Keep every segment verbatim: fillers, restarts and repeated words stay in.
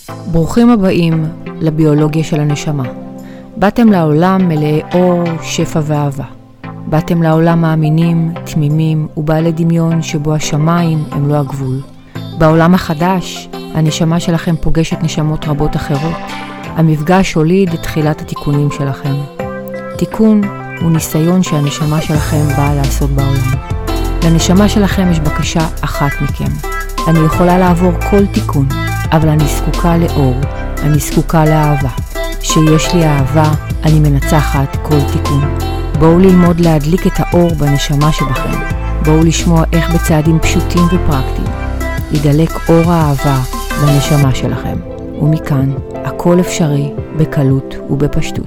ברוכים הבאים לביולוגיה של הנשמה. באתם לעולם מלאי אור, שפע ואהבה. באתם לעולם מאמינים, תמימים ובעלי דמיון שבו השמיים הם לא הגבול. בעולם החדש, הנשמה שלכם פוגשת נשמות רבות אחרות. המפגש הוליד את תחילת התיקונים שלכם. תיקון הוא ניסיון שהנשמה שלכם באה לעשות בעולם. לנשמה שלכם יש בקשה אחת מכם. אני יכולה לעבור כל תיקון, אבל אני זקוקה לאור, אני זקוקה לאהבה. שיש לי אהבה, אני מנצחת כל תיקון. בואו ללמוד להדליק את האור בנשמה שבכם. בואו לשמוע איך בצעדים פשוטים ופרקטיים ידלק אור האהבה בנשמה שלכם. ומכאן, הכל אפשרי בקלות ובפשטות.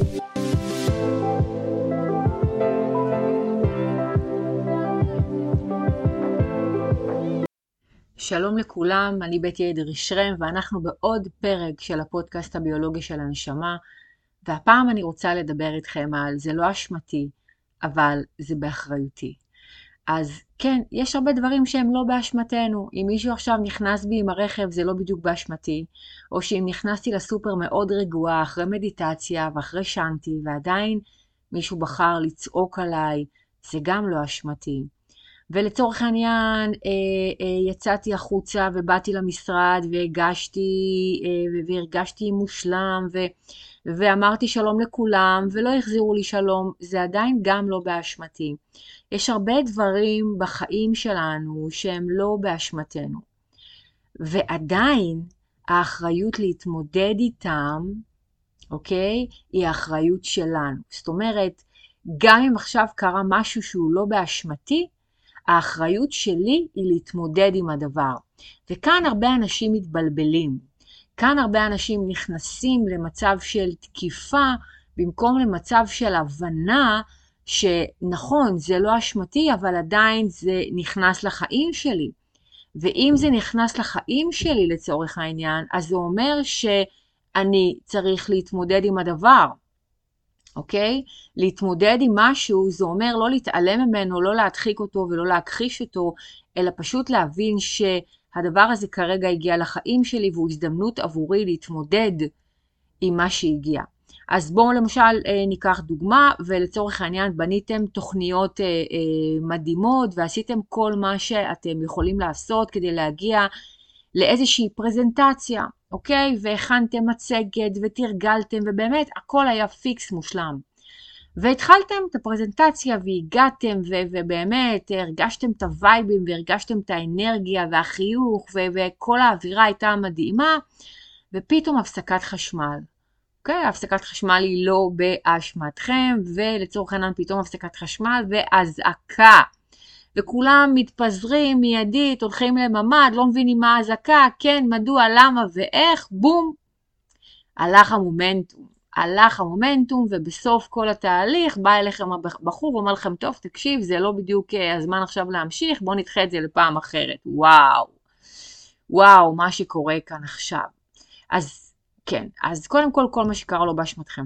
שלום לכולם, אני בטי עדר ישרם ואנחנו בעוד פרק של הפודקאסט הביולוגי של הנשמה, והפעם אני רוצה לדבר איתכם על זה לא אשמתי, אבל זה באחריותי. אז כן, יש הרבה דברים שהם לא באשמתנו. אם מישהו עכשיו נכנס בי עם הרכב זה לא בדיוק באשמתי, או שאם נכנסתי לסופר מאוד רגועה אחרי מדיטציה ואחרי שנתי ועדיין מישהו בחר לצעוק עליי, זה גם לא אשמתי. ולצורך העניין אה, אה, יצאתי החוצה ובאתי למשרד והגשתי אה, והרגשתי מושלם ו, ואמרתי שלום לכולם ולא החזירו לי שלום, זה עדיין גם לא באשמתי. יש הרבה דברים בחיים שלנו שהם לא באשמתנו, ועדיין האחריות להתמודד איתם, אוקיי, היא האחריות שלנו. זאת אומרת, גם אם עכשיו קרה משהו שהוא לא באשמתי, האחריות שלי היא להתמודד עם הדבר. וכאן הרבה אנשים מתבלבלים. כאן הרבה אנשים נכנסים למצב של תקיפה, במקום למצב של הבנה שנכון, זה לא אשמתי, אבל עדיין זה נכנס לחיים שלי. ואם זה נכנס לחיים שלי לצורך העניין, אז זה אומר שאני צריך להתמודד עם הדבר. אוקיי? להתמודד עם משהו, זה אומר לא להתעלם ממנו, לא להדחיק אותו ולא להכחיש אותו, אלא פשוט להבין שהדבר הזה כרגע הגיע לחיים שלי, והוא הזדמנות עבורי להתמודד עם מה שהגיע. אז בואו למשל ניקח דוגמה, ולצורך העניין בניתם תוכניות מדהימות, ועשיתם כל מה שאתם יכולים לעשות כדי להגיע לאיזושהי פרזנטציה. אוקיי? והכנתם מצגת ותרגלתם, ובאמת הכל היה פיקס מושלם. והתחלתם את הפרזנטציה והגעתם, ו- ובאמת הרגשתם את הווייבים, והרגשתם את האנרגיה והחיוך, ו- וכל האווירה הייתה מדהימה, ופתאום הפסקת חשמל. אוקיי? הפסקת חשמל היא לא באשמתכם, ולצורך העניין פתאום הפסקת חשמל והזעקה. וכולם מתפזרים מיידית, הולכים לממד, לא מבינים מה הזעקה, כן, מדוע, למה ואיך, בום, הלך המומנטום. הלך המומנטום, ובסוף כל התהליך בא אליכם הבחור ואומר לכם, טוב, תקשיב, זה לא בדיוק הזמן עכשיו להמשיך, בואו נדחה את זה לפעם אחרת. וואו, וואו, מה שקורה כאן עכשיו. אז כן, אז קודם כל, כל מה שקרה לו באשמתכם.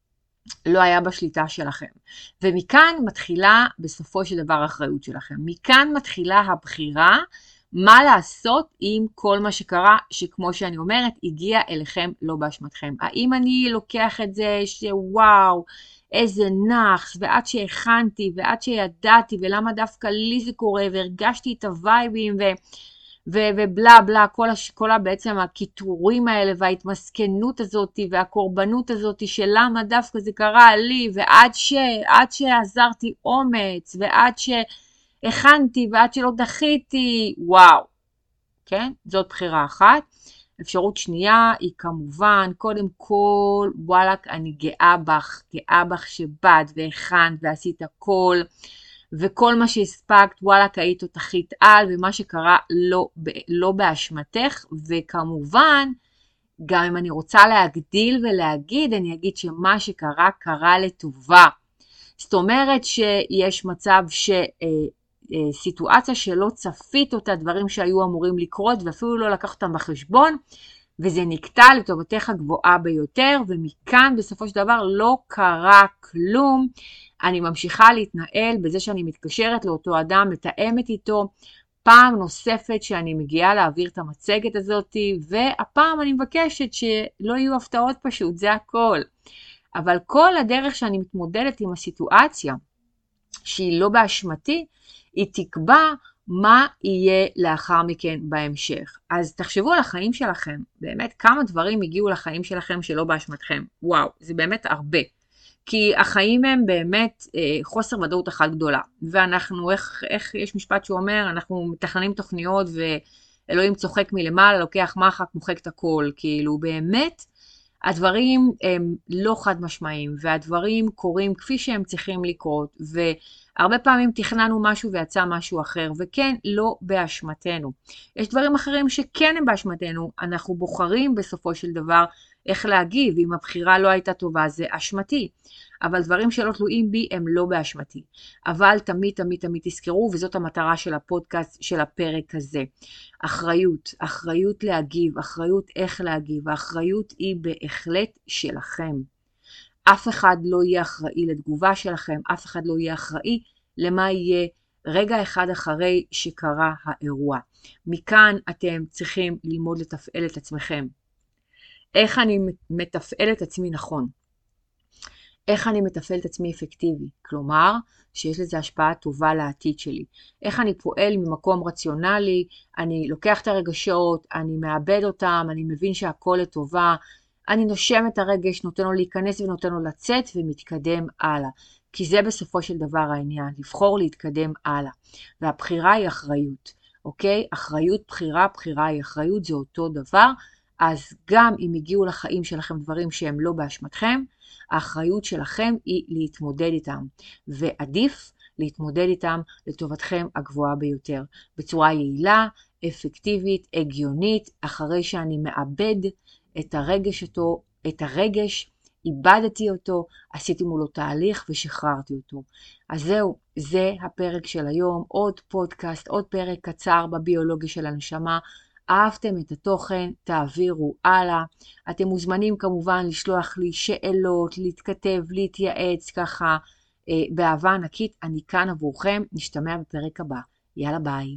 לא היה בשליטה שלכם. ומכאן מתחילה בסופו של דבר האחריות שלכם. מכאן מתחילה הבחירה מה לעשות עם כל מה שקרה, שכמו שאני אומרת, הגיע אליכם לא באשמתכם. האם אני לוקח את זה שוואו, איזה נחס, ועד שהכנתי, ועד שידעתי, ולמה דווקא לי זה קורה, והרגשתי את הווייבים, ו... ו- ובלה בלה, כל, הש- כל בעצם הכיתורים האלה וההתמסכנות הזאת והקורבנות הזאת של למה דווקא זה קרה לי, ועד ש, עד שעזרתי אומץ, ועד שהכנתי, ועד שלא דחיתי, וואו, כן? זאת בחירה אחת. אפשרות שנייה היא כמובן, קודם כל, וואלק, אני גאה בך, גאה בך שבאת והכנת ועשית הכל, וכל מה שהספקת, וואלה, היית תותחית על, ומה שקרה לא, לא באשמתך, וכמובן, גם אם אני רוצה להגדיל ולהגיד, אני אגיד שמה שקרה, קרה לטובה. זאת אומרת שיש מצב שסיטואציה שלא צפית אותה, דברים שהיו אמורים לקרות, ואפילו לא לקחת אותם בחשבון, וזה נקטע לטובתך הגבוהה ביותר, ומכאן בסופו של דבר לא קרה כלום. אני ממשיכה להתנהל בזה שאני מתקשרת לאותו אדם, מתאמת איתו, פעם נוספת שאני מגיעה להעביר את המצגת הזאת, והפעם אני מבקשת שלא יהיו הפתעות פשוט, זה הכל. אבל כל הדרך שאני מתמודדת עם הסיטואציה, שהיא לא באשמתי, היא תקבע מה יהיה לאחר מכן בהמשך. אז תחשבו על החיים שלכם, באמת כמה דברים הגיעו לחיים שלכם שלא באשמתכם. וואו, זה באמת הרבה. כי החיים הם באמת אה, חוסר ודאות אחת גדולה. ואנחנו, איך, איך יש משפט שאומר, אנחנו מתכננים תוכניות ואלוהים צוחק מלמעלה, לוקח מחק, מוחק את הכל. כאילו באמת, הדברים הם לא חד משמעיים, והדברים קורים כפי שהם צריכים לקרות, והרבה פעמים תכננו משהו ויצא משהו אחר, וכן, לא באשמתנו. יש דברים אחרים שכן הם באשמתנו, אנחנו בוחרים בסופו של דבר איך להגיב, אם הבחירה לא הייתה טובה זה אשמתי, אבל דברים שלא תלויים בי הם לא באשמתי. אבל תמיד תמיד תמיד תזכרו, וזאת המטרה של הפודקאסט של הפרק הזה. אחריות, אחריות להגיב, אחריות איך להגיב, האחריות היא בהחלט שלכם. אף אחד לא יהיה אחראי לתגובה שלכם, אף אחד לא יהיה אחראי למה יהיה רגע אחד אחרי שקרה האירוע. מכאן אתם צריכים ללמוד לתפעל את עצמכם. איך אני מתפעל את עצמי נכון? איך אני מתפעל את עצמי אפקטיבי? כלומר, שיש לזה השפעה טובה לעתיד שלי. איך אני פועל ממקום רציונלי, אני לוקח את הרגשות, אני מאבד אותם, אני מבין שהכל לטובה, אני נושם את הרגש, נותן לו להיכנס ונותן לו לצאת ומתקדם הלאה. כי זה בסופו של דבר העניין, לבחור להתקדם הלאה. והבחירה היא אחריות, אוקיי? אחריות, בחירה, בחירה היא אחריות, זה אותו דבר. אז גם אם הגיעו לחיים שלכם דברים שהם לא באשמתכם, האחריות שלכם היא להתמודד איתם, ועדיף להתמודד איתם לטובתכם הגבוהה ביותר, בצורה יעילה, אפקטיבית, הגיונית, אחרי שאני מאבד את הרגש אותו, את הרגש, איבדתי אותו, עשיתי מולו תהליך ושחררתי אותו. אז זהו, זה הפרק של היום, עוד פודקאסט, עוד פרק קצר בביולוגיה של הנשמה. אהבתם את התוכן, תעבירו הלאה. אתם מוזמנים כמובן לשלוח לי שאלות, להתכתב, להתייעץ ככה, אה, באהבה ענקית. אני כאן עבורכם, נשתמע בפרק הבא. יאללה ביי.